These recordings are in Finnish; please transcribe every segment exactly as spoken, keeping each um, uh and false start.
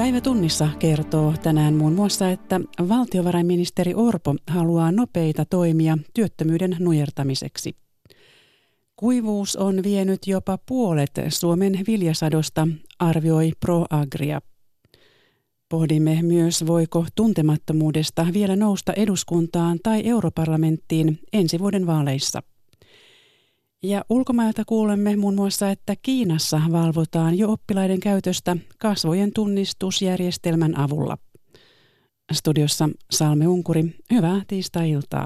Päivä tunnissa kertoo tänään muun muassa, että valtiovarainministeri Orpo haluaa nopeita toimia työttömyyden nujertamiseksi. Kuivuus on vienyt jopa puolet Suomen viljasadosta, arvioi ProAgria. Pohdimme myös, voiko tuntemattomuudesta vielä nousta eduskuntaan tai europarlamenttiin ensi vuoden vaaleissa. Ja ulkomailta kuulemme muun muassa, että Kiinassa valvotaan jo oppilaiden käytöstä kasvojen tunnistusjärjestelmän avulla. Studiossa Salme Unkuri, hyvää tiistai-iltaa.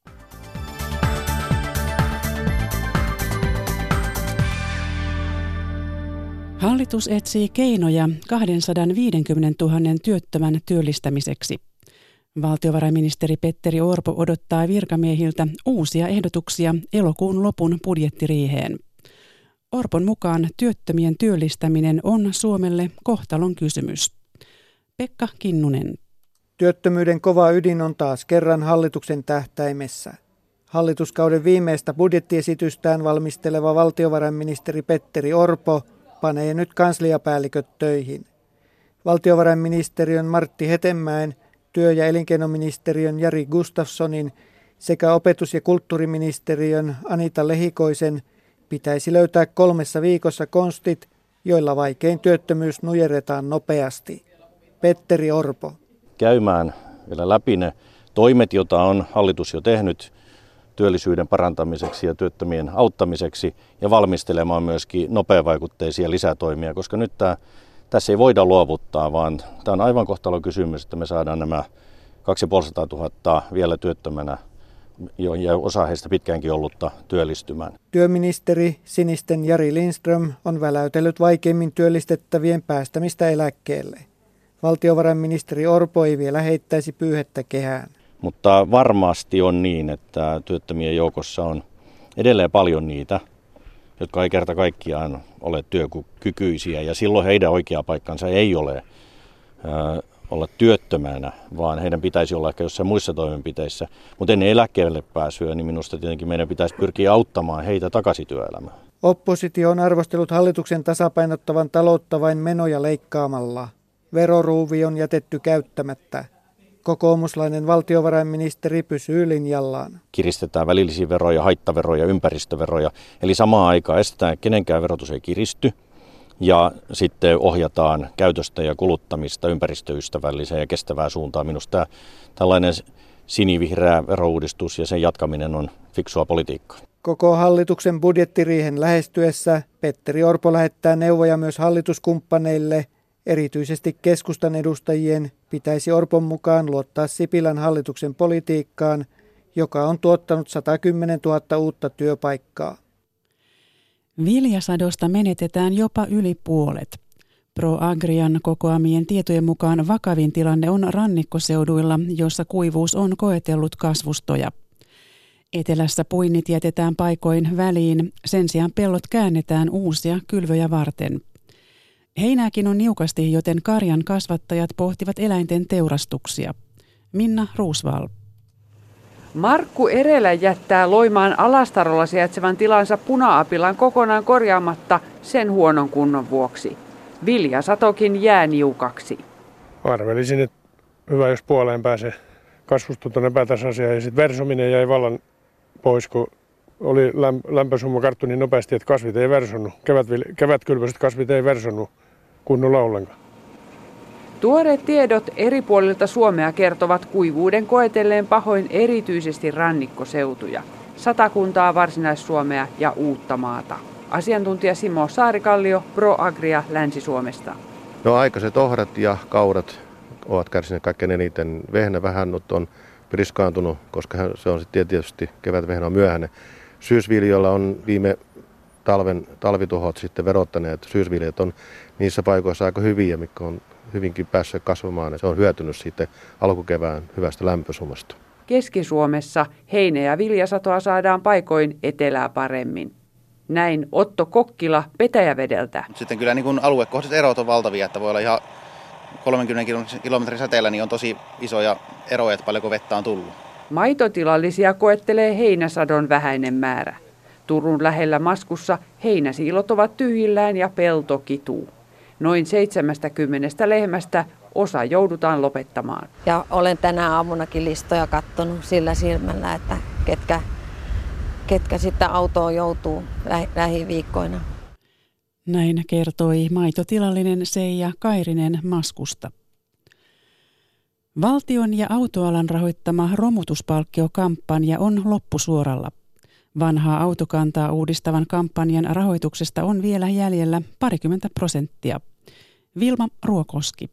Hallitus etsii keinoja kaksisataaviisikymmentätuhatta työttömän työllistämiseksi. Valtiovarainministeri Petteri Orpo odottaa virkamiehiltä uusia ehdotuksia elokuun lopun budjettiriiheen. Orpon mukaan työttömien työllistäminen on Suomelle kohtalon kysymys. Pekka Kinnunen. Työttömyyden kova ydin on taas kerran hallituksen tähtäimessä. Hallituskauden viimeistä budjettiesitystään valmisteleva valtiovarainministeri Petteri Orpo panee nyt kansliapäälliköt töihin. Valtiovarainministeriön Martti Hetemäen, työ- ja elinkeinoministeriön Jari Gustafssonin sekä opetus- ja kulttuuriministeriön Anita Lehikoisen pitäisi löytää kolmessa viikossa konstit, joilla vaikein työttömyys nujerretaan nopeasti. Petteri Orpo. Käymään vielä läpi ne toimet, joita on hallitus jo tehnyt työllisyyden parantamiseksi ja työttömien auttamiseksi ja valmistelemaan myöskin nopeavaikutteisia lisätoimia, koska nyt tämä, tässä ei voida luovuttaa, vaan tämä on aivan kohtalon kysymys, että me saadaan nämä kaksisataaviisikymmentätuhatta vielä työttömänä ja osa heistä pitkäänkin ollutta työllistymään. Työministeri Sinisten Jari Lindström on väläytellyt vaikeimmin työllistettävien päästämistä eläkkeelle. Valtiovarainministeri Orpo ei vielä heittäisi pyyhettä kehään. Mutta varmasti on niin, että työttömien joukossa on edelleen paljon niitä, jotka ei kerta kaikkiaan ole työkykyisiä. Ja silloin heidän oikea paikkansa ei ole äh, olla työttömänä, vaan heidän pitäisi olla ehkä jossain muissa toimenpiteissä. Mutta ennen eläkkeelle pääsyä, niin minusta tietenkin meidän pitäisi pyrkiä auttamaan heitä takaisin työelämään. Oppositio on arvostellut hallituksen tasapainottavan taloutta vain menoja leikkaamalla. Veroruuvi on jätetty käyttämättä. Kokoomuslainen valtiovarainministeri pysyy linjallaan. Kiristetään välillisiä veroja, haittaveroja, ympäristöveroja. Eli samaan aikaan estetään, että kenenkään verotus ei kiristy. Ja sitten ohjataan käytöstä ja kuluttamista ympäristöystävälliseen ja kestävään suuntaan. Minusta tämä, tällainen sinivihreä verouudistus ja sen jatkaminen on fiksua politiikkaa. Koko hallituksen budjettiriihen lähestyessä Petteri Orpo lähettää neuvoja myös hallituskumppaneille. Erityisesti keskustan edustajien pitäisi Orpon mukaan luottaa Sipilän hallituksen politiikkaan, joka on tuottanut satakymmentätuhatta uutta työpaikkaa. Viljasadosta menetetään jopa yli puolet. ProAgrian kokoamien tietojen mukaan vakavin tilanne on rannikkoseuduilla, jossa kuivuus on koetellut kasvustoja. Etelässä puinnit jätetään paikoin väliin, sen sijaan pellot käännetään uusia kylvöjä varten. Heinääkin on niukasti, joten karjan kasvattajat pohtivat eläinten teurastuksia. Minna Ruusval. Markku Erelä jättää Loimaan Alastarolla sijaitsevan tilansa puna-apilan kokonaan korjaamatta sen huonon kunnon vuoksi. Viljasatokin jää niukaksi. Arvelisin, että hyvä jos puoleen pääsee. Kasvustot on epätasaisia ja sitten versominen jäi vallan pois, kun oli lämpösumma karttui niin nopeasti, että kasvit ei versonnut. Kevät, kevätkylväiset kasvit ei versonnut kunnolla ollenkaan. Tuoreet tiedot eri puolilta Suomea kertovat kuivuuden koetelleen pahoin erityisesti rannikkoseutuja. Satakuntaa, Varsinais-Suomea ja Uuttamaata. Asiantuntija Simo Saarikallio, ProAgria Länsi-Suomesta. No aikaiset ohrat ja kaurat ovat kärsineet kaikkein eniten. Vehnä vähän nyt on priskaantunut, koska se on sitten tietysti kevätvehnä on myöhäinen. Syysviljoilla on viime talven talvituhot sitten verottaneet. Syysviljat on niissä paikoissa aika hyviä, mitkä on hyvinkin päässyt kasvamaan. Se on hyötynyt siitä alkukevään hyvästä lämpösumasta. Keski-Suomessa heinä- ja viljasatoa saadaan paikoin etelää paremmin. Näin Otto Kokkila Petäjävedeltä. Sitten kyllä niin kuin aluekohtaiset erot on valtavia, että voi olla ihan kolmenkymmenen kilometrin säteellä niin on tosi isoja eroja, että paljonko vettä on tullut. Maitotilallisia koettelee heinäsadon vähäinen määrä. Turun lähellä Maskussa heinäsiilot ovat tyhjillään ja pelto kituu. Noin seitsemästäkymmenestä lehmästä osa joudutaan lopettamaan. Ja olen tänä aamunakin listoja katsonut sillä silmällä, että ketkä, ketkä sitten autoon joutuu lä- lähiviikkoina. Näin kertoi maitotilallinen Seija Kairinen Maskusta. Valtion ja autoalan rahoittama romutuspalkkiokampanja on loppusuoralla. Vanhaa autokantaa uudistavan kampanjan rahoituksesta on vielä jäljellä parikymmentä prosenttia. Vilma Ruokoski.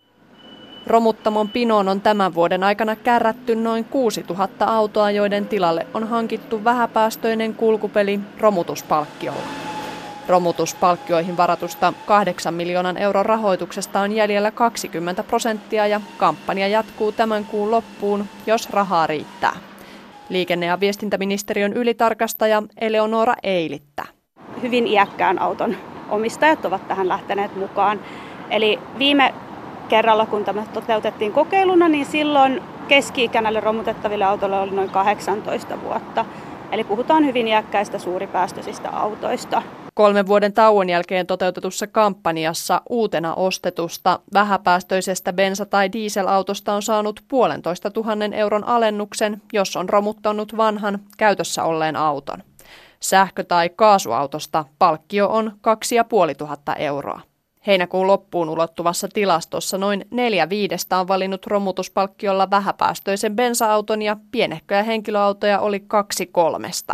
Romuttamon pinoon on tämän vuoden aikana kärrätty noin kuusituhatta autoa, joiden tilalle on hankittu vähäpäästöinen kulkupeli romutuspalkkiolla. Romutuspalkkioihin varatusta kahdeksan miljoonan euron rahoituksesta on jäljellä kaksikymmentä prosenttia ja kampanja jatkuu tämän kuun loppuun, jos rahaa riittää. Liikenne- ja viestintäministeriön ylitarkastaja Eleonora Eilittä. Hyvin iäkkään auton omistajat ovat tähän lähteneet mukaan. Eli viime kerralla, kun tämä toteutettiin kokeiluna, niin silloin keski-ikäisille romutettaville autoille oli noin kahdeksantoista vuotta. Eli puhutaan hyvin iäkkäistä suuripäästöisistä autoista. Kolmen vuoden tauon jälkeen toteutetussa kampanjassa uutena ostetusta vähäpäästöisestä bensa- tai dieselautosta on saanut puolentoista tuhannen euron alennuksen, jos on romuttanut vanhan käytössä olleen auton. Sähkö- tai kaasuautosta palkkio on kaksi ja puoli tuhatta euroa. Heinäkuun loppuun ulottuvassa tilastossa noin neljä viidestä on valinnut romutuspalkkiolla vähäpäästöisen bensa-auton ja pienehköjä henkilöautoja oli kaksi kolmesta.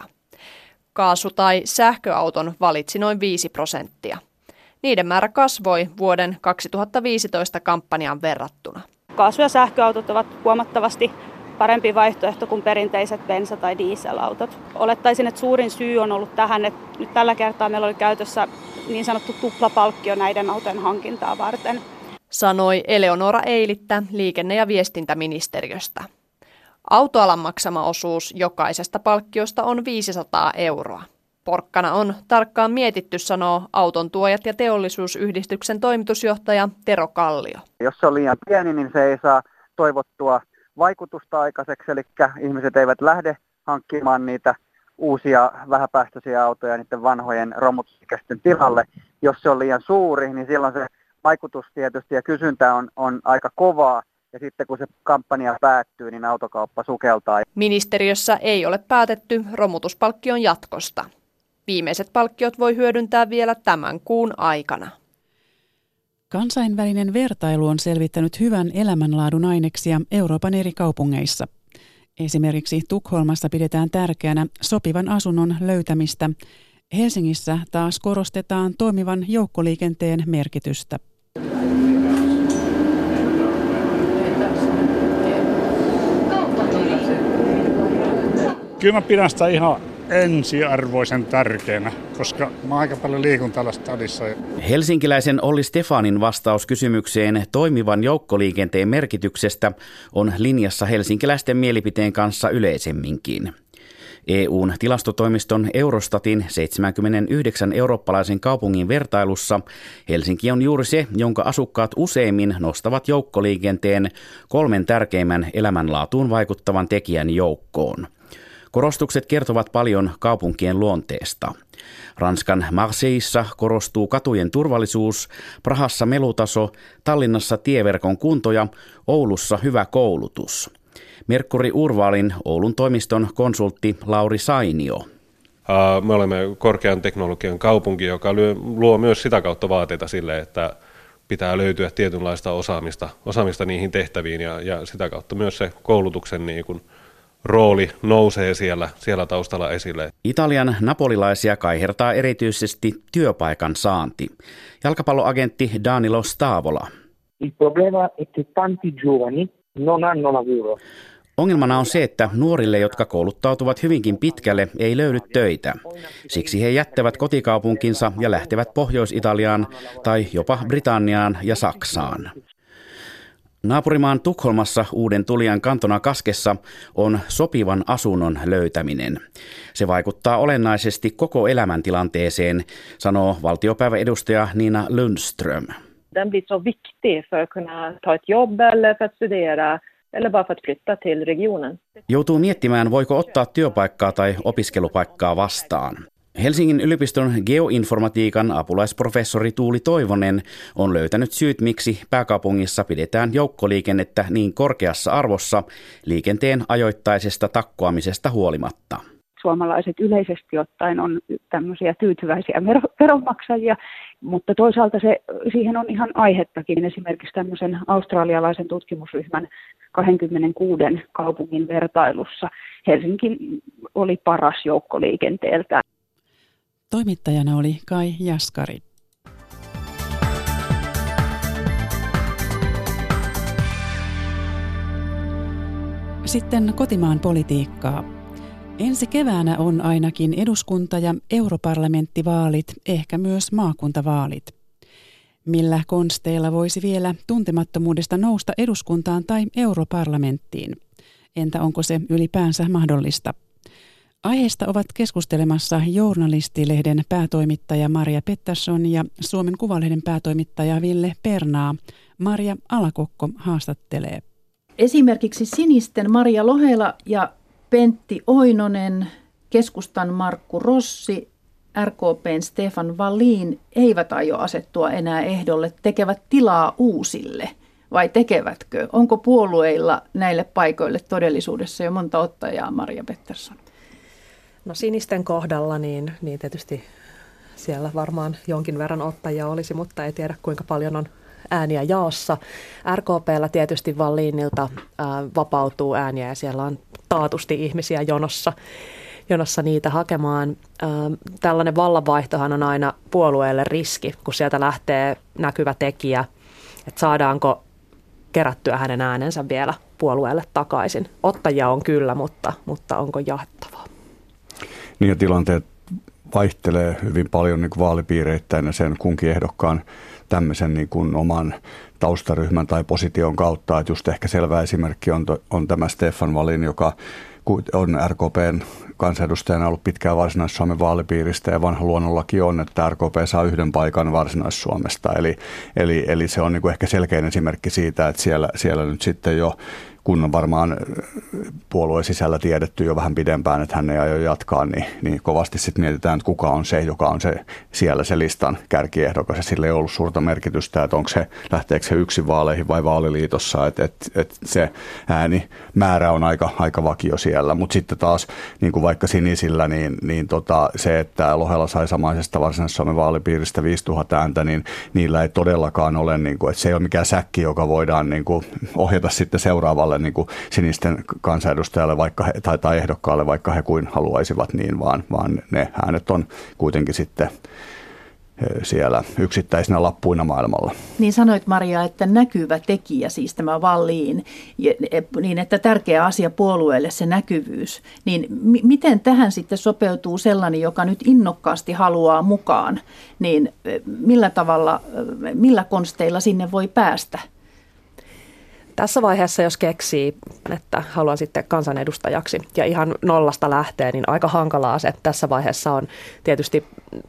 Kaasu- tai sähköauton valitsi noin viisi prosenttia. Niiden määrä kasvoi vuoden kaksituhattaviisitoista kampanjaan verrattuna. Kaasu- ja sähköautot ovat huomattavasti parempi vaihtoehto kuin perinteiset bensa- tai dieselautot. Olettaisin, että suurin syy on ollut tähän, että nyt tällä kertaa meillä oli käytössä niin sanottu tuplapalkkio näiden autojen hankintaa varten. Sanoi Eleonora Eilittä liikenne- ja viestintäministeriöstä. Autoalan maksama osuus jokaisesta palkkiosta on viisisataa euroa. Porkkana on tarkkaan mietitty, sanoo Autontuojat ja teollisuusyhdistyksen toimitusjohtaja Tero Kallio. Jos se on liian pieni, niin se ei saa toivottua vaikutusta aikaiseksi, eli ihmiset eivät lähde hankkimaan niitä uusia vähäpäästöisiä autoja niiden vanhojen romutusikäisten tilalle. Jos se on liian suuri, niin silloin se vaikutus tietysti ja kysyntä on, on aika kovaa. Ja sitten kun se kampanja päättyy, niin autokauppa sukeltaa. Ministeriössä ei ole päätetty romutuspalkkion jatkosta. Viimeiset palkkiot voi hyödyntää vielä tämän kuun aikana. Kansainvälinen vertailu on selvittänyt hyvän elämänlaadun aineksia Euroopan eri kaupungeissa. Esimerkiksi Tukholmassa pidetään tärkeänä sopivan asunnon löytämistä. Helsingissä taas korostetaan toimivan joukkoliikenteen merkitystä. Kyllä mä pidän sitä ihan ensiarvoisen tärkeänä, koska mä aika paljon liikun täällä stadissa. Helsinkiläisen Olli Stefanin vastaus kysymykseen toimivan joukkoliikenteen merkityksestä on linjassa helsinkiläisten mielipiteen kanssa yleisemminkin. E U:n tilastotoimiston Eurostatin seitsemänkymmentäyhdeksän eurooppalaisen kaupungin vertailussa Helsinki on juuri se, jonka asukkaat useimmin nostavat joukkoliikenteen kolmen tärkeimmän elämänlaatuun vaikuttavan tekijän joukkoon. Korostukset kertovat paljon kaupunkien luonteesta. Ranskan Marseilleissa korostuu katujen turvallisuus, Prahassa melutaso, Tallinnassa tieverkon kunto ja Oulussa hyvä koulutus. Merkkuri Urvalin Oulun toimiston konsultti Lauri Sainio. Me olemme korkean teknologian kaupunki, joka luo myös sitä kautta vaateita sille, että pitää löytyä tietynlaista osaamista, osaamista niihin tehtäviin ja, ja sitä kautta myös se koulutuksen niin kuin rooli nousee siellä, siellä taustalla esille. Italian napolilaisia kaihertaa erityisesti työpaikan saanti. Jalkapalloagentti Danilo Stavola. Il problema è che tanti giovani non hanno lavoro. Ongelmana on se, että nuorille, jotka kouluttautuvat hyvinkin pitkälle, ei löydy töitä. Siksi he jättävät kotikaupunkinsa ja lähtevät Pohjois-Italiaan tai jopa Britanniaan ja Saksaan. Naapurimaan Tukholmassa uuden tulijan kantona Kaskessa on sopivan asunnon löytäminen. Se vaikuttaa olennaisesti koko elämäntilanteeseen, sanoo valtiopäiväedustaja Nina Lundström. Den blir så viktig för att kunna ta ett jobb eller för att studera eller bara för att flytta till regionen. Joutuu miettimään, voiko ottaa työpaikkaa tai opiskelupaikkaa vastaan. Helsingin yliopiston geoinformatiikan apulaisprofessori Tuuli Toivonen on löytänyt syyt, miksi pääkaupungissa pidetään joukkoliikennettä niin korkeassa arvossa liikenteen ajoittaisesta takkoamisesta huolimatta. Suomalaiset yleisesti ottaen on tämmöisiä tyytyväisiä veronmaksajia, mutta toisaalta se, siihen on ihan aihettakin. Esimerkiksi tämmöisen australialaisen tutkimusryhmän kaksikymmentäkuusi kaupungin vertailussa Helsinki oli paras joukkoliikenteeltä. Toimittajana oli Kai Jaskari. Sitten kotimaan politiikkaa. Ensi keväänä on ainakin eduskunta- ja europarlamenttivaalit, ehkä myös maakuntavaalit. Millä konsteilla voisi vielä tuntemattomuudesta nousta eduskuntaan tai europarlamenttiin? Entä onko se ylipäänsä mahdollista? Aiheesta ovat keskustelemassa Journalistilehden päätoimittaja Marja Pettersson ja Suomen Kuvalehden päätoimittaja Ville Pernaa. Marja Alakokko haastattelee. Esimerkiksi Sinisten Maria Lohela ja Pentti Oinonen, Keskustan Markku Rossi, R K P:n Stefan Wallin eivät aio asettua enää ehdolle, tekevät tilaa uusille. Vai tekevätkö? Onko puolueilla näille paikoille todellisuudessa jo monta ottajaa, Marja Pettersson? No Sinisten kohdalla niin, niin tietysti siellä varmaan jonkin verran ottajia olisi, mutta ei tiedä kuinka paljon on ääniä jaossa. R K P:llä tietysti Wallinilta ää, vapautuu ääniä ja siellä on taatusti ihmisiä jonossa, jonossa niitä hakemaan. Ää, tällainen vallanvaihtohan on aina puolueelle riski, kun sieltä lähtee näkyvä tekijä, että saadaanko kerättyä hänen äänensä vielä puolueelle takaisin. Ottajia on kyllä, mutta, mutta onko jaettavaa? Niin ja tilanteet vaihtelee hyvin paljon niin kuin vaalipiireittäin ja sen kunkin ehdokkaan tämmöisen niin kuin oman taustaryhmän tai position kautta. Että just ehkä selvä esimerkki on, to, on tämä Stefan Wallin, joka on R K P:n kansanedustajana ollut pitkään Varsinais-Suomen vaalipiiristä ja vanha luonnollakin on, että R K P saa yhden paikan Varsinais-Suomesta. Eli, eli, eli se on niin kuin ehkä selkein esimerkki siitä, että siellä, siellä nyt sitten jo kun on varmaan puolueen sisällä tiedetty jo vähän pidempään, että hän ei aio jatkaa, niin, niin kovasti sitten mietitään, että kuka on se, joka on se siellä se listan kärkiehdokas. Ja sillä ei ollut suurta merkitystä, että onko se, lähteekö se yksin vaaleihin vai vaaliliitossa, että et, et se ääni määrä on aika, aika vakio siellä. Mutta sitten taas, niin kuin vaikka Sinisillä, niin, niin tota, se, että Lohela sai samaisesta Varsinais-Suomen vaalipiiristä viisituhatta ääntä, niin niillä ei todellakaan ole, niin kuin, että se ei ole mikään säkki, joka voidaan niin kuin ohjata sitten seuraavalle niin kuin sinisten kansanedustajalle vaikka he, tai, tai ehdokkaalle, vaikka he kuin haluaisivat niin, vaan, vaan ne äänet on kuitenkin sitten siellä yksittäisinä lappuina maailmalla. Niin sanoit Maria, että näkyvä tekijä, siis tämä Wallin, niin että tärkeä asia puolueelle se näkyvyys. Niin m- miten tähän sitten sopeutuu sellainen, joka nyt innokkaasti haluaa mukaan, niin millä tavalla, millä konsteilla sinne voi päästä? Tässä vaiheessa, jos keksii, että haluan sitten kansanedustajaksi ja ihan nollasta lähtee, niin aika hankalaa se tässä vaiheessa on. Tietysti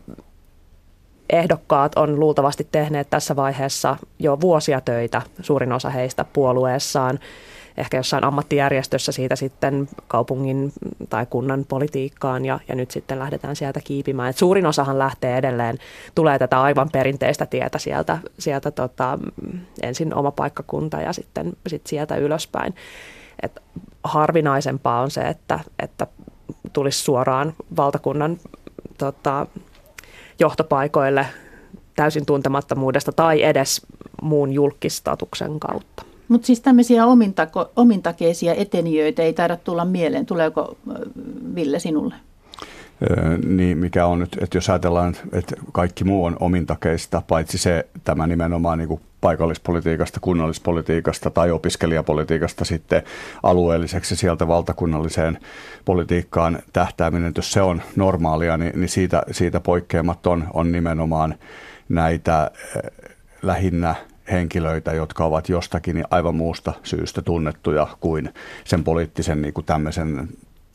ehdokkaat on luultavasti tehneet tässä vaiheessa jo vuosia töitä, suurin osa heistä puolueessaan, ehkä jossain ammattijärjestössä siitä sitten kaupungin tai kunnan politiikkaan ja, ja nyt sitten lähdetään sieltä kiipimään. Et suurin osahan lähtee edelleen, tulee tätä aivan perinteistä tietä sieltä, sieltä tota, ensin oma paikkakunta ja sitten sit sieltä ylöspäin. Et harvinaisempaa on se, että, että tulisi suoraan valtakunnan tota, johtopaikoille täysin tuntemattomuudesta tai edes muun julkistatuksen kautta. Mutta siis tämmöisiä omintako, omintakeisia etenijöitä ei taida tulla mieleen. Tuleeko Ville sinulle? Öö, niin, mikä on nyt, että jos ajatellaan, että kaikki muu on omintakeista, paitsi se tämä nimenomaan niin kuin paikallispolitiikasta, kunnallispolitiikasta tai opiskelijapolitiikasta sitten alueelliseksi sieltä valtakunnalliseen politiikkaan tähtääminen, jos se on normaalia, niin, niin siitä, siitä poikkeamat on, on nimenomaan näitä äh, lähinnä henkilöitä, jotka ovat jostakin aivan muusta syystä tunnettuja kuin sen poliittisen niin kuin tämmöisen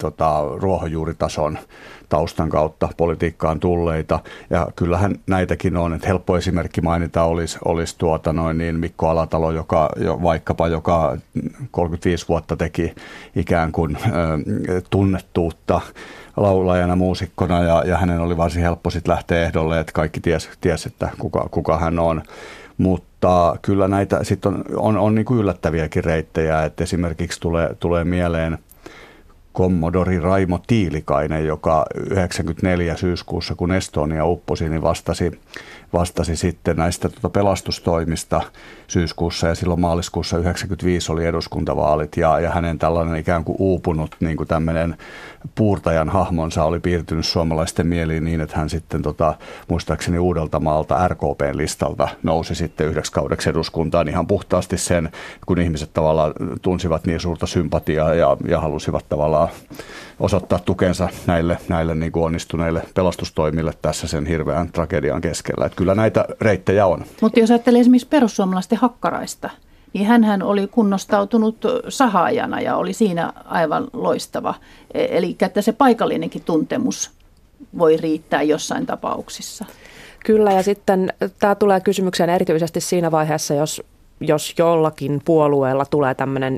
tota, ruohonjuuritason taustan kautta politiikkaan tulleita. Ja kyllähän näitäkin on, että helppo esimerkki mainita olisi, olisi tuota noin niin Mikko Alatalo, joka jo, vaikkapa joka kolmekymmentäviisi vuotta teki ikään kuin äh, tunnettuutta laulajana, muusikkona, ja, ja hänen oli varsin helppo sitten lähteä ehdolle, että kaikki ties, ties että kuka, kuka hän on. Mutta kyllä näitä sitten on, on, on niin kuin yllättäviäkin reittejä, että esimerkiksi tulee, tulee mieleen kommodori Raimo Tiilikainen, joka yhdeksänkymmentäneljä syyskuussa, kun Estonia upposi, niin vastasi, vastasi sitten näistä tuota pelastustoimista syyskuussa, ja silloin maaliskuussa yhdeksänkymmentäviisi oli eduskuntavaalit, ja, ja hänen tällainen ikään kuin uupunut niin kuin tämmöinen puurtajan hahmonsa oli piirtynyt suomalaisten mieliin niin, että hän sitten tota, muistaakseni Uudeltamaalta R K P:n listalta nousi sitten yhdeksi kaudeksi eduskuntaan ihan puhtaasti sen, kun ihmiset tavallaan tunsivat niin suurta sympatiaa ja, ja halusivat tavallaan osoittaa tukensa näille, näille niin kuin onnistuneille pelastustoimille tässä sen hirveän tragedian keskellä. Että kyllä näitä reittejä on. Mutta jos ajattelee esimerkiksi perussuomalaisten Hakkaraista, niin hänhän oli kunnostautunut sahaajana ja oli siinä aivan loistava. Eli että se paikallinenkin tuntemus voi riittää jossain tapauksissa. Kyllä, ja sitten tämä tulee kysymykseen erityisesti siinä vaiheessa, jos, jos jollakin puolueella tulee tämmöinen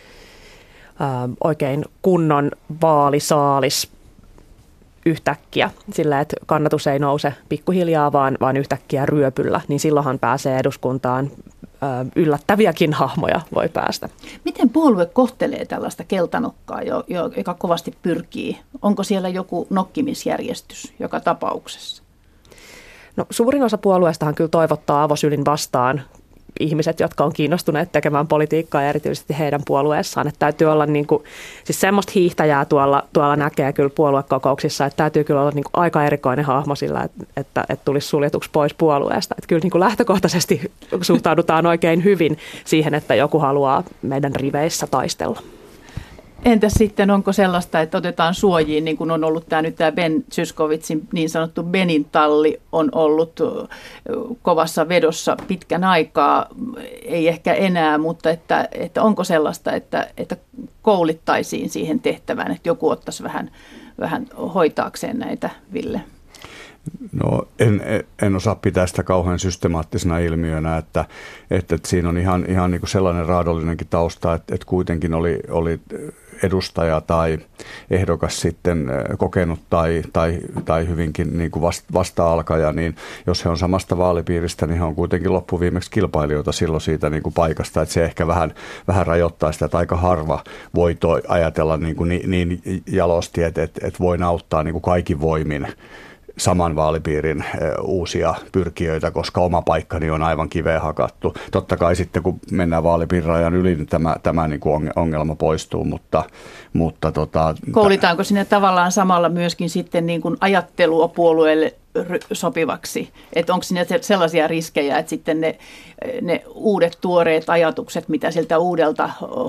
ä, oikein kunnon vaalisaalis yhtäkkiä, sillä että kannatus ei nouse pikkuhiljaa, vaan, vaan yhtäkkiä ryöpyllä, niin silloinhan pääsee eduskuntaan. Yllättäviäkin hahmoja voi päästä. Miten puolue kohtelee tällaista keltanokkaa, joka kovasti pyrkii? Onko siellä joku nokkimisjärjestys joka tapauksessa? No, suurin osa puolueestahan kyllä toivottaa avosylin vastaan ihmiset, jotka on kiinnostuneet tekemään politiikkaa ja erityisesti heidän puolueessaan. Että täytyy olla niin kuin, siis semmoista hiihtäjää tuolla, tuolla näkee kyllä puoluekokouksissa, että täytyy kyllä olla niin kuin aika erikoinen hahmo sillä, että, että, että tulisi suljetuksi pois puolueesta. Että kyllä niin kuin lähtökohtaisesti suhtaudutaan oikein hyvin siihen, että joku haluaa meidän riveissä taistella. Entäs sitten, onko sellaista, että otetaan suojiin, niin kuin on ollut tämä nyt tämä Ben Zyskowiczin niin sanottu Benin talli on ollut kovassa vedossa pitkän aikaa, ei ehkä enää, mutta että, että onko sellaista, että, että koulittaisiin siihen tehtävään, että joku ottaisi vähän, vähän hoitaakseen näitä, Ville? No en, en osaa pitää sitä kauhean systemaattisena ilmiönä, että, että, että siinä on ihan, ihan niin kuin sellainen raadollinenkin tausta, että, että kuitenkin oli, oli edustaja tai ehdokas sitten kokenut tai, tai, tai hyvinkin niin kuin vasta-alkaja, niin jos he on samasta vaalipiiristä, niin he on kuitenkin loppuviimeksi kilpailijoita silloin siitä niin kuin paikasta, että se ehkä vähän, vähän rajoittaa sitä, että aika harva voi toi, ajatella niin, kuin niin, niin jalosti, että, että, että voi auttaa niin kuin kaikin voimin saman vaalipiirin uusia pyrkijöitä, koska oma paikkani on aivan kiveen hakattu. Totta kai sitten, kun mennään vaalipiirin rajan yli, niin tämä, tämä niin kuin ongelma poistuu, mutta... mutta tota, koulitaanko sinne tavallaan samalla myöskin sitten niin kuin ajattelua puolueelle sopivaksi? Että onko siinä sellaisia riskejä, että sitten ne, ne uudet tuoreet ajatukset, mitä siltä uudelta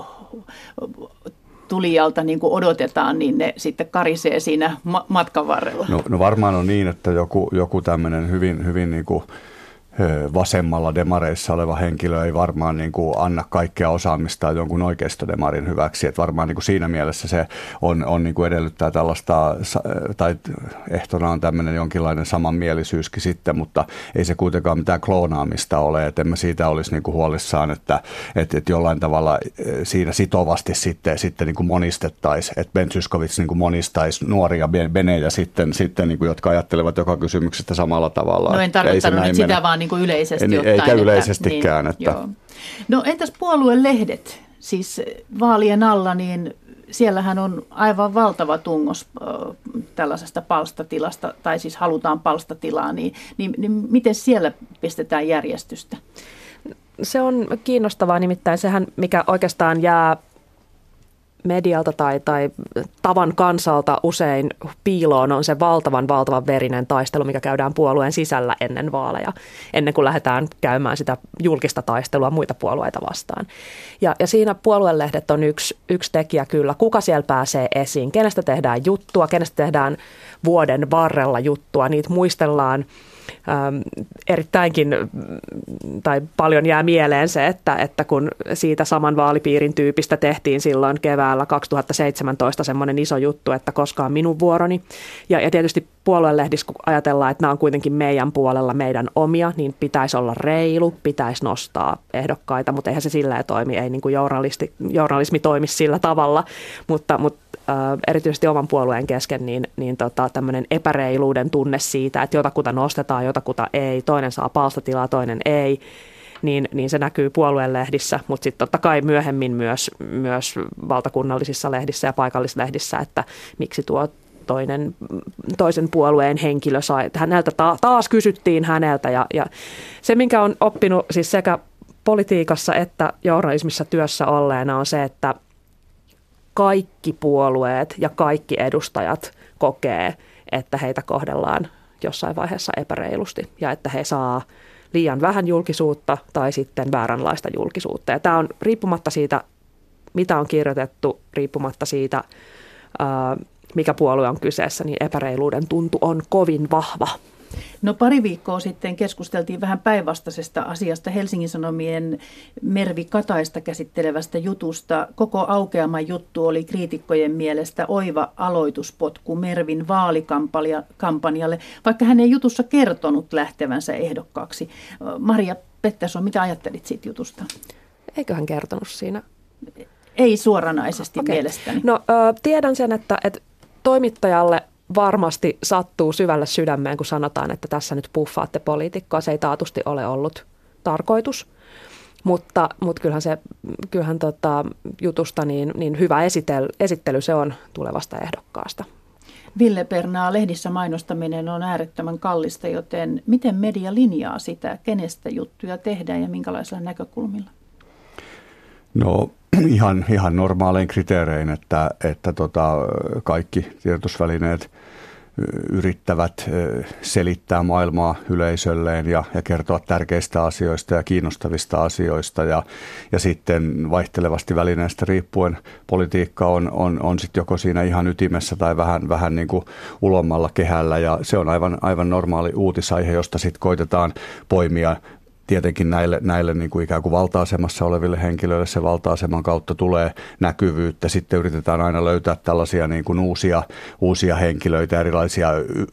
tulijalta niin kuin odotetaan, niin ne sitten karisee siinä matkan varrella. No, no varmaan on niin, että joku, joku tämmöinen hyvin, hyvin niin kuin vasemmalla demareissa oleva henkilö ei varmaan niin kuin anna kaikkea osaamistaan jonkun oikeistodemarin hyväksi. Että varmaan niin kuin siinä mielessä se on, on niin kuin edellyttää tällaista, tai ehtona on tämmöinen jonkinlainen samanmielisyyskin sitten, mutta ei se kuitenkaan mitään kloonaamista ole. Että en mä siitä olisi niin kuin huolissaan, että, että, että jollain tavalla siinä sitovasti sitten, sitten niin kuin monistettaisiin, että Ben Zyskowicz niin kuin monistaisi nuoria benejä sitten, sitten niin kuin, jotka ajattelevat joka kysymyksestä samalla tavalla. No en tarkoittanut nyt sitä, vaan niin kuin yleisesti en, ottaen. Eikä yleisestikään. Että, niin, että. No entäs puoluelehdet? Siis vaalien alla, niin siellähän on aivan valtava tungos äh, tällaisesta palstatilasta, tai siis halutaan palstatilaa, niin, niin, niin miten siellä pistetään järjestystä? Se on kiinnostavaa, nimittäin sehän, mikä oikeastaan jää medialta tai, tai tavan kansalta usein piiloon, on se valtavan, valtavan verinen taistelu, mikä käydään puolueen sisällä ennen vaaleja, ennen kuin lähdetään käymään sitä julkista taistelua muita puolueita vastaan. Ja, ja siinä puoluelehdet on yksi, yksi tekijä kyllä, kuka siellä pääsee esiin, kenestä tehdään juttua, kenestä tehdään vuoden varrella juttua, niitä muistellaan. Ähm, erittäinkin tai paljon jää mieleen se, että, että kun siitä saman vaalipiirin tyypistä tehtiin silloin keväällä keväällä kaksituhattaseitsemäntoista semmoinen iso juttu, että koska on minun vuoroni. Ja, ja tietysti puoluelehdissä, kun ajatellaan, että nämä on kuitenkin meidän puolella, meidän omia, niin pitäisi olla reilu, pitäisi nostaa ehdokkaita, mutta eihän se sillä toimi, ei niin kuin journalisti, journalismi toimi sillä tavalla, mutta, mutta äh, erityisesti oman puolueen kesken niin, niin tota, tämmöinen epäreiluuden tunne siitä, että jotakuta nostetaan, jotakuta ei, toinen saa palstatilaa, toinen ei, niin, niin se näkyy puoluelehdissä, mutta sitten totta kai myöhemmin myös, myös valtakunnallisissa lehdissä ja paikallislehdissä, että miksi tuo toinen, toisen puolueen henkilö sai, häneltä ta, taas kysyttiin häneltä ja, ja se, minkä on oppinut siis sekä politiikassa että journalismissa työssä olleena on se, että kaikki puolueet ja kaikki edustajat kokee, että heitä kohdellaan jossain vaiheessa epäreilusti ja että he saa liian vähän julkisuutta tai sitten vääränlaista julkisuutta. Ja tämä on riippumatta siitä, mitä on kirjoitettu, riippumatta siitä, mikä puolue on kyseessä, niin epäreiluuden tuntu on kovin vahva. No pari viikkoa sitten keskusteltiin vähän päinvastaisesta asiasta, Helsingin Sanomien Mervi Kataista käsittelevästä jutusta. Koko aukeaman juttu oli kriitikkojen mielestä oiva aloituspotku Mervin vaalikampanjalle, vaikka hän ei jutussa kertonut lähtevänsä ehdokkaaksi. Maria Pettersson, mitä ajattelit siitä jutusta? Eikö hän kertonut siinä? Ei suoranaisesti okay. mielestäni. No ö, tiedän sen, että, että toimittajalle varmasti sattuu syvälle sydämeen, kun sanotaan, että tässä nyt puffaatte poliitikkoa. Se ei taatusti ole ollut tarkoitus, mutta, mutta kyllähän, se, kyllähän tota, jutusta niin, niin hyvä esitel, esittely se on tulevasta ehdokkaasta. Ville Pernaa, lehdissä mainostaminen on äärettömän kallista, joten miten media linjaa sitä, kenestä juttuja tehdään ja minkälaisilla näkökulmilla? No ihan, ihan normaalein kriteerein, että, että tota, kaikki tiedotusvälineet yrittävät selittää maailmaa yleisölleen ja, ja kertoa tärkeistä asioista ja kiinnostavista asioista. Ja, ja sitten vaihtelevasti välineestä riippuen politiikka on, on, on sitten joko siinä ihan ytimessä tai vähän, vähän niin kuin ulommalla kehällä. Ja se on aivan, aivan normaali uutisaihe, josta sitten koitetaan poimia. Tietenkin näille, näille niin kuin ikään kuin valta-asemassa oleville henkilöille se valta-aseman kautta tulee näkyvyyttä. Sitten yritetään aina löytää tällaisia niin kuin uusia, uusia henkilöitä, erilaisia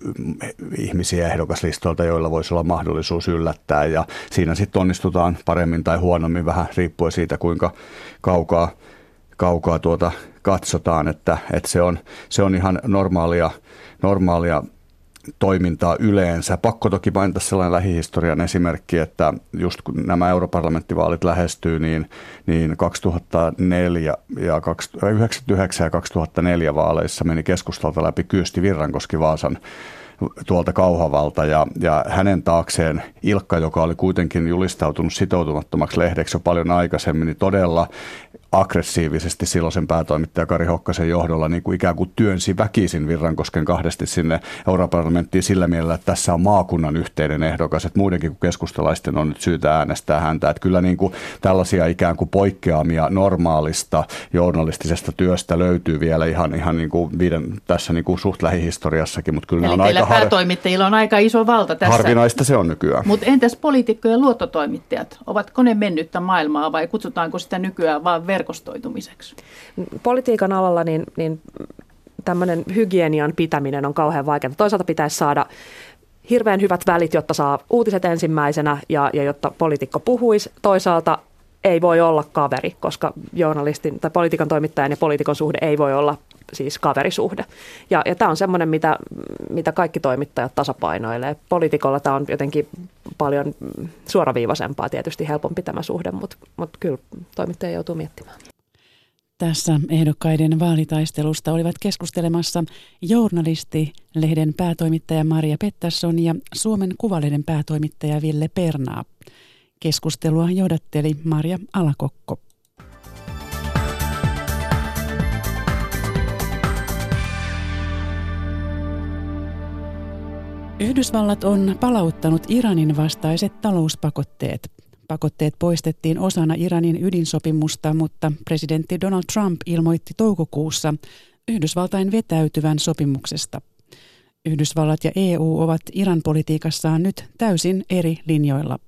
ihmisiä ehdokaslistoilta, joilla voisi olla mahdollisuus yllättää. Ja siinä sitten onnistutaan paremmin tai huonommin, vähän riippuen siitä, kuinka kaukaa, kaukaa tuota katsotaan. Että, että se, on, se on ihan normaalia, normaalia toimintaa yleensä. Pakko toki mainita sellainen lähihistorian esimerkki, että just kun nämä europarlamenttivaalit lähestyy, niin, niin kaksituhattaneljä ja yhdeksänkymmentäyhdeksän ja kaksituhattaneljä vaaleissa meni keskustalta läpi Kyösti Virrankoski Vaasan tuolta Kauhavalta ja, ja hänen taakseen Ilkka, joka oli kuitenkin julistautunut sitoutumattomaksi lehdeksi jo paljon aikaisemmin, niin todella aggressiivisesti silloisen päätoimittaja Kari Hokkasen johdolla niin kuin ikään kuin työnsi väkisin Virrankosken kahdesti sinne europarlamenttiin sillä mielellä, että tässä on maakunnan yhteinen ehdokas, että muidenkin kuin keskustalaisten on nyt syytä äänestää häntä. Että kyllä niin kuin tällaisia ikään kuin poikkeamia normaalista journalistisesta työstä löytyy vielä ihan, ihan niin kuin viiden, tässä niin kuin suht lähihistoriassakin, mutta kyllä eli on aika päätoimittajilla on aika iso valta tässä. Harvinaista se on nykyään. Mutta entäs poliitikko ja luottotoimittajat? Ovatko ne mennyttä maailmaa vai kutsutaanko sitä nykyään vaan verkostoitumiseksi? Politiikan alalla niin, niin tämmöinen hygienian pitäminen on kauhean vaikeaa. Toisaalta pitäisi saada hirveän hyvät välit, jotta saa uutiset ensimmäisenä ja, ja jotta poliitikko puhuisi. Toisaalta ei voi olla kaveri, koska journalistin tai politiikan toimittajan ja poliitikon suhde ei voi olla siis kaverisuhde. Ja, ja tämä on semmoinen, mitä, mitä kaikki toimittajat tasapainoilee. Poliitikolla tämä on jotenkin paljon suoraviivaisempaa, tietysti helpompi tämä suhde, mutta, mutta kyllä toimittaja joutuu miettimään. Tässä ehdokkaiden vaalitaistelusta olivat keskustelemassa journalisti, lehden päätoimittaja Maria Pettersson ja Suomen Kuvalehden päätoimittaja Ville Pernaa. Keskustelua johdatteli Marja Alakokko. Yhdysvallat on palauttanut Iranin vastaiset talouspakotteet. Pakotteet poistettiin osana Iranin ydinsopimusta, mutta presidentti Donald Trump ilmoitti toukokuussa Yhdysvaltain vetäytyvän sopimuksesta. Yhdysvallat ja E U ovat Iran politiikassaan nyt täysin eri linjoilla.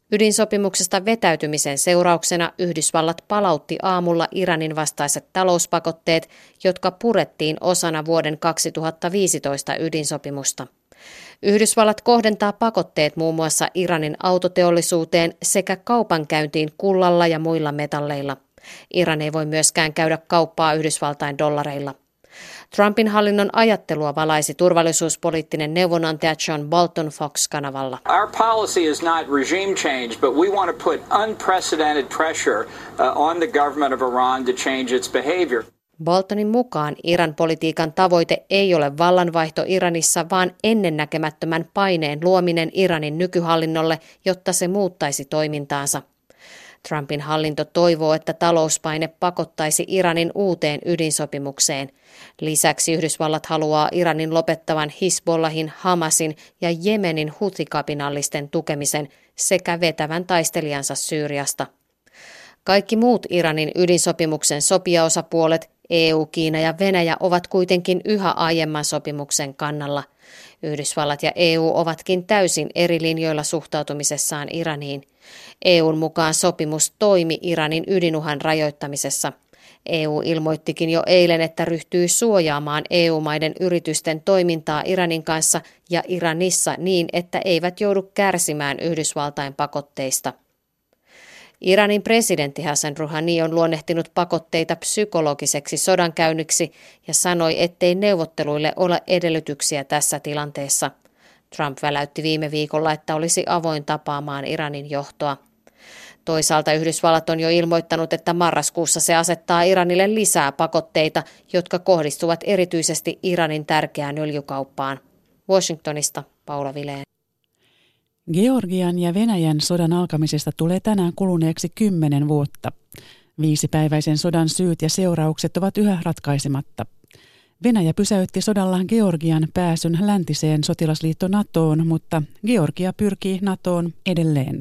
Ydinsopimuksesta vetäytymisen seurauksena Yhdysvallat palautti aamulla Iranin vastaiset talouspakotteet, jotka purettiin osana vuoden kaksituhattaviisitoista ydinsopimusta. Yhdysvallat kohdentaa pakotteet muun muassa Iranin autoteollisuuteen sekä kaupankäyntiin kullalla ja muilla metalleilla. Iran ei voi myöskään käydä kauppaa Yhdysvaltain dollareilla. Trumpin hallinnon ajattelua valaisi turvallisuuspoliittinen neuvonantaja John Bolton Fox-kanavalla. Our policy is not regime change, but we want to put unprecedented pressure uh, on the government of Iran to change its behavior. Boltonin mukaan Iran politiikan tavoite ei ole vallanvaihto Iranissa, vaan ennennäkemättömän paineen luominen Iranin nykyhallinnolle, jotta se muuttaisi toimintaansa. Trumpin hallinto toivoo, että talouspaine pakottaisi Iranin uuteen ydinsopimukseen. Lisäksi Yhdysvallat haluaa Iranin lopettavan Hizbollahin, Hamasin ja Jemenin Houthi-kapinallisten tukemisen sekä vetävän taistelijansa Syyriasta. Kaikki muut Iranin ydinsopimuksen sopijaosapuolet, E U, Kiina ja Venäjä, ovat kuitenkin yhä aiemman sopimuksen kannalla. Yhdysvallat ja E U ovatkin täysin eri linjoilla suhtautumisessaan Iraniin. E U:n mukaan sopimus toimi Iranin ydinuhan rajoittamisessa. E U ilmoittikin jo eilen, että ryhtyy suojaamaan E U-maiden yritysten toimintaa Iranin kanssa ja Iranissa niin, että eivät joudu kärsimään Yhdysvaltain pakotteista. Iranin presidentti Hassan Rouhani on luonnehtinut pakotteita psykologiseksi sodankäynniksi ja sanoi, ettei neuvotteluille ole edellytyksiä tässä tilanteessa. Trump väläytti viime viikolla, että olisi avoin tapaamaan Iranin johtoa. Toisaalta Yhdysvallat on jo ilmoittanut, että marraskuussa se asettaa Iranille lisää pakotteita, jotka kohdistuvat erityisesti Iranin tärkeään öljykauppaan. Washingtonista Paula Vileen. Georgian ja Venäjän sodan alkamisesta tulee tänään kuluneeksi kymmenen vuotta. Viisipäiväisen sodan syyt ja seuraukset ovat yhä ratkaisematta. Venäjä pysäytti sodalla Georgian pääsyn läntiseen sotilasliitto NATOon, mutta Georgia pyrkii NATOon edelleen.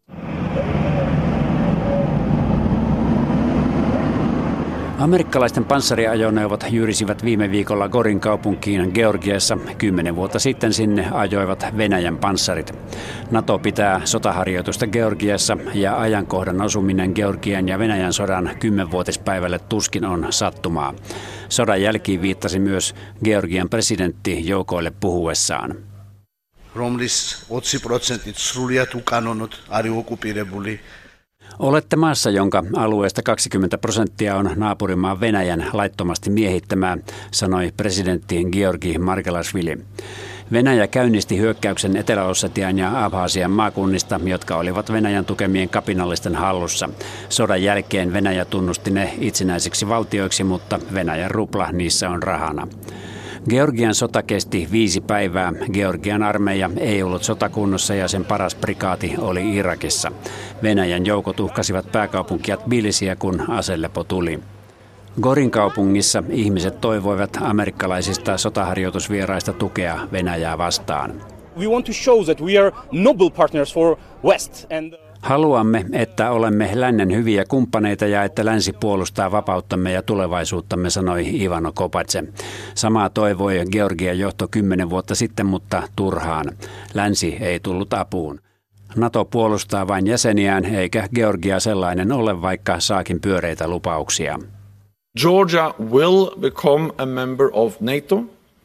Amerikkalaisten panssariajoneuvot jyrisivät viime viikolla Gorin kaupunkiin Georgiassa. Kymmenen vuotta sitten sinne ajoivat Venäjän panssarit. NATO pitää sotaharjoitusta Georgiassa ja ajankohdan osuminen Georgian ja Venäjän sodan kymmenvuotispäivälle tuskin on sattumaa. Sodan jälkiin viittasi myös Georgian presidentti joukoille puhuessaan. Romlis otsi prosentit sruliat ukanonut ari okupirebuli. Olette maassa, jonka alueesta kaksikymmentä prosenttia on naapurimaan Venäjän laittomasti miehittämää, sanoi presidentti Georgi Margvelashvili. Venäjä käynnisti hyökkäyksen Etelä-Ossetian ja Abhasian maakunnista, jotka olivat Venäjän tukemien kapinallisten hallussa. Sodan jälkeen Venäjä tunnusti ne itsenäisiksi valtioiksi, mutta Venäjän rupla niissä on rahana. Georgian sota kesti viisi päivää. Georgian armeija ei ollut sotakunnossa ja sen paras prikaati oli Irakissa. Venäjän joukot uhkasivat pääkaupunkia Tbilisiä, kun aselepo tuli. Gorin kaupungissa ihmiset toivoivat amerikkalaisista sotaharjoitusvieraista tukea Venäjää vastaan. We want to show that we are noble partners for West and Haluamme, että olemme lännen hyviä kumppaneita ja että länsi puolustaa vapauttamme ja tulevaisuuttamme, sanoi Ivano Kopatse. Samaa toivoi Georgian johto kymmenen vuotta sitten, mutta turhaan. Länsi ei tullut apuun. NATO puolustaa vain jäseniään, eikä Georgia sellainen ole, vaikka saakin pyöreitä lupauksia. Georgia will become a member of NATO.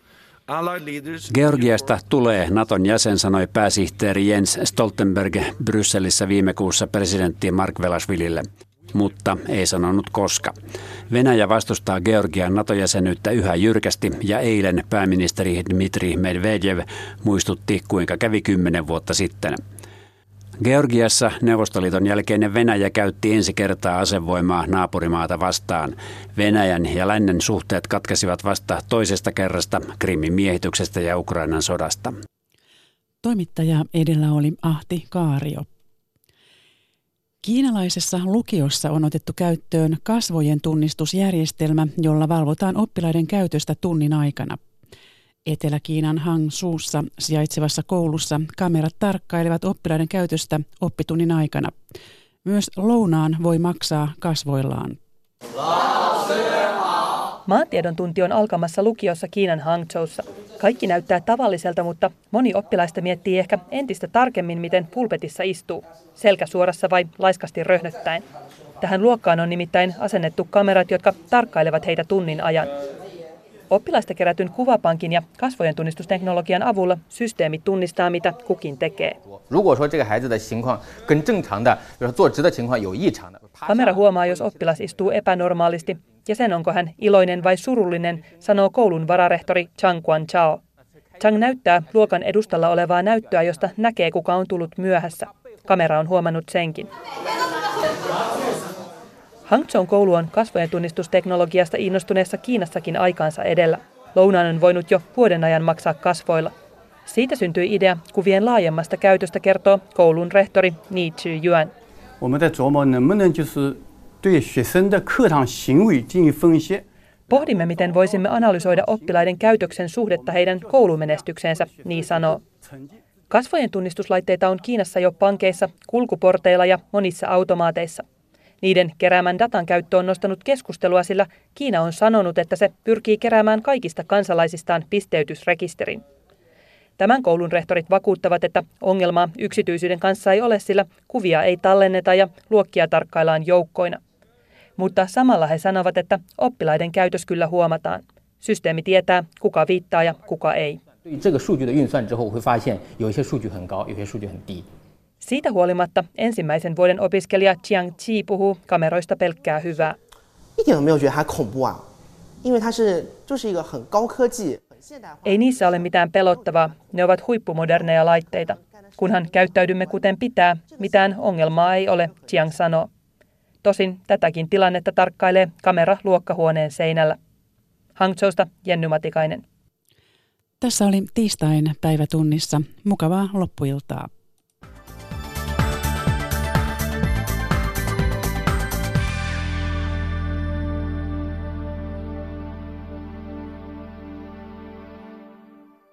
Georgiasta tulee Naton jäsen, sanoi pääsihteeri Jens Stoltenberg Brysselissä viime kuussa presidentti Margvelashvilille, mutta ei sanonut koska. Venäjä vastustaa Georgian NATO-jäsenyyttä yhä jyrkästi ja eilen pääministeri Dmitri Medvedev muistutti, kuinka kävi kymmenen vuotta sitten. Georgiassa Neuvostoliiton jälkeinen Venäjä käytti ensi kertaa asevoimaa naapurimaata vastaan. Venäjän ja lännen suhteet katkesivat vasta toisesta kerrasta Krimin miehityksestä ja Ukrainan sodasta. Toimittaja edellä oli Ahti Kaario. Kiinalaisessa lukiossa on otettu käyttöön kasvojen tunnistusjärjestelmä, jolla valvotaan oppilaiden käytöstä tunnin aikana. Etelä-Kiinan Hangzhoussa sijaitsevassa koulussa kamerat tarkkailevat oppilaiden käytöstä oppitunnin aikana. Myös lounaan voi maksaa kasvoillaan. Maantiedon tunti on alkamassa lukiossa Kiinan Hangzhoussa. Kaikki näyttää tavalliselta, mutta moni oppilaista miettii ehkä entistä tarkemmin, miten pulpetissa istuu. Selkä suorassa vai laiskasti röhnöttäen. Tähän luokkaan on nimittäin asennettu kamerat, jotka tarkkailevat heitä tunnin ajan. Oppilaista kerätyn kuvapankin ja kasvojen tunnistusteknologian avulla systeemi tunnistaa, mitä kukin tekee. Kamera huomaa, jos oppilas istuu epänormaalisti, ja sen onko hän iloinen vai surullinen, sanoo koulun vararehtori Chang Guanchao. Chang näyttää luokan edustalla olevaa näyttöä, josta näkee, kuka on tullut myöhässä. Kamera on huomannut senkin. Hangzhoun koulu on kasvojen tunnistusteknologiasta innostuneessa Kiinassakin aikaansa edellä. Lounaan on voinut jo vuoden ajan maksaa kasvoilla. Siitä syntyi idea kuvien laajemmasta käytöstä, kertoo koulun rehtori Ni Zhiyuan. Pohdimme, miten voisimme analysoida oppilaiden käytöksen suhdetta heidän koulumenestykseensä, Ni sanoo. Kasvojen tunnistuslaitteita on Kiinassa jo pankeissa, kulkuporteilla ja monissa automaateissa. Niiden keräämän datan käyttö on nostanut keskustelua, sillä Kiina on sanonut, että se pyrkii keräämään kaikista kansalaisistaan pisteytysrekisterin. Tämän koulun rehtorit vakuuttavat, että ongelmaa yksityisyyden kanssa ei ole, sillä kuvia ei tallenneta ja luokkia tarkkaillaan joukkoina. Mutta samalla he sanovat, että oppilaiden käytös kyllä huomataan. Systeemi tietää, kuka viittaa ja kuka ei. Siitä huolimatta ensimmäisen vuoden opiskelija Jiang Qi puhuu kameroista pelkkää hyvää. Ei niissä ole mitään pelottavaa, ne ovat huippumoderneja laitteita. Kunhan käyttäydymme kuten pitää, mitään ongelmaa ei ole, Jiang sanoo. Tosin tätäkin tilannetta tarkkailee kamera luokkahuoneen seinällä. Hangzhousta Jenny Matikainen. Tässä oli tiistain päivätunnissa. Mukavaa loppuiltaa.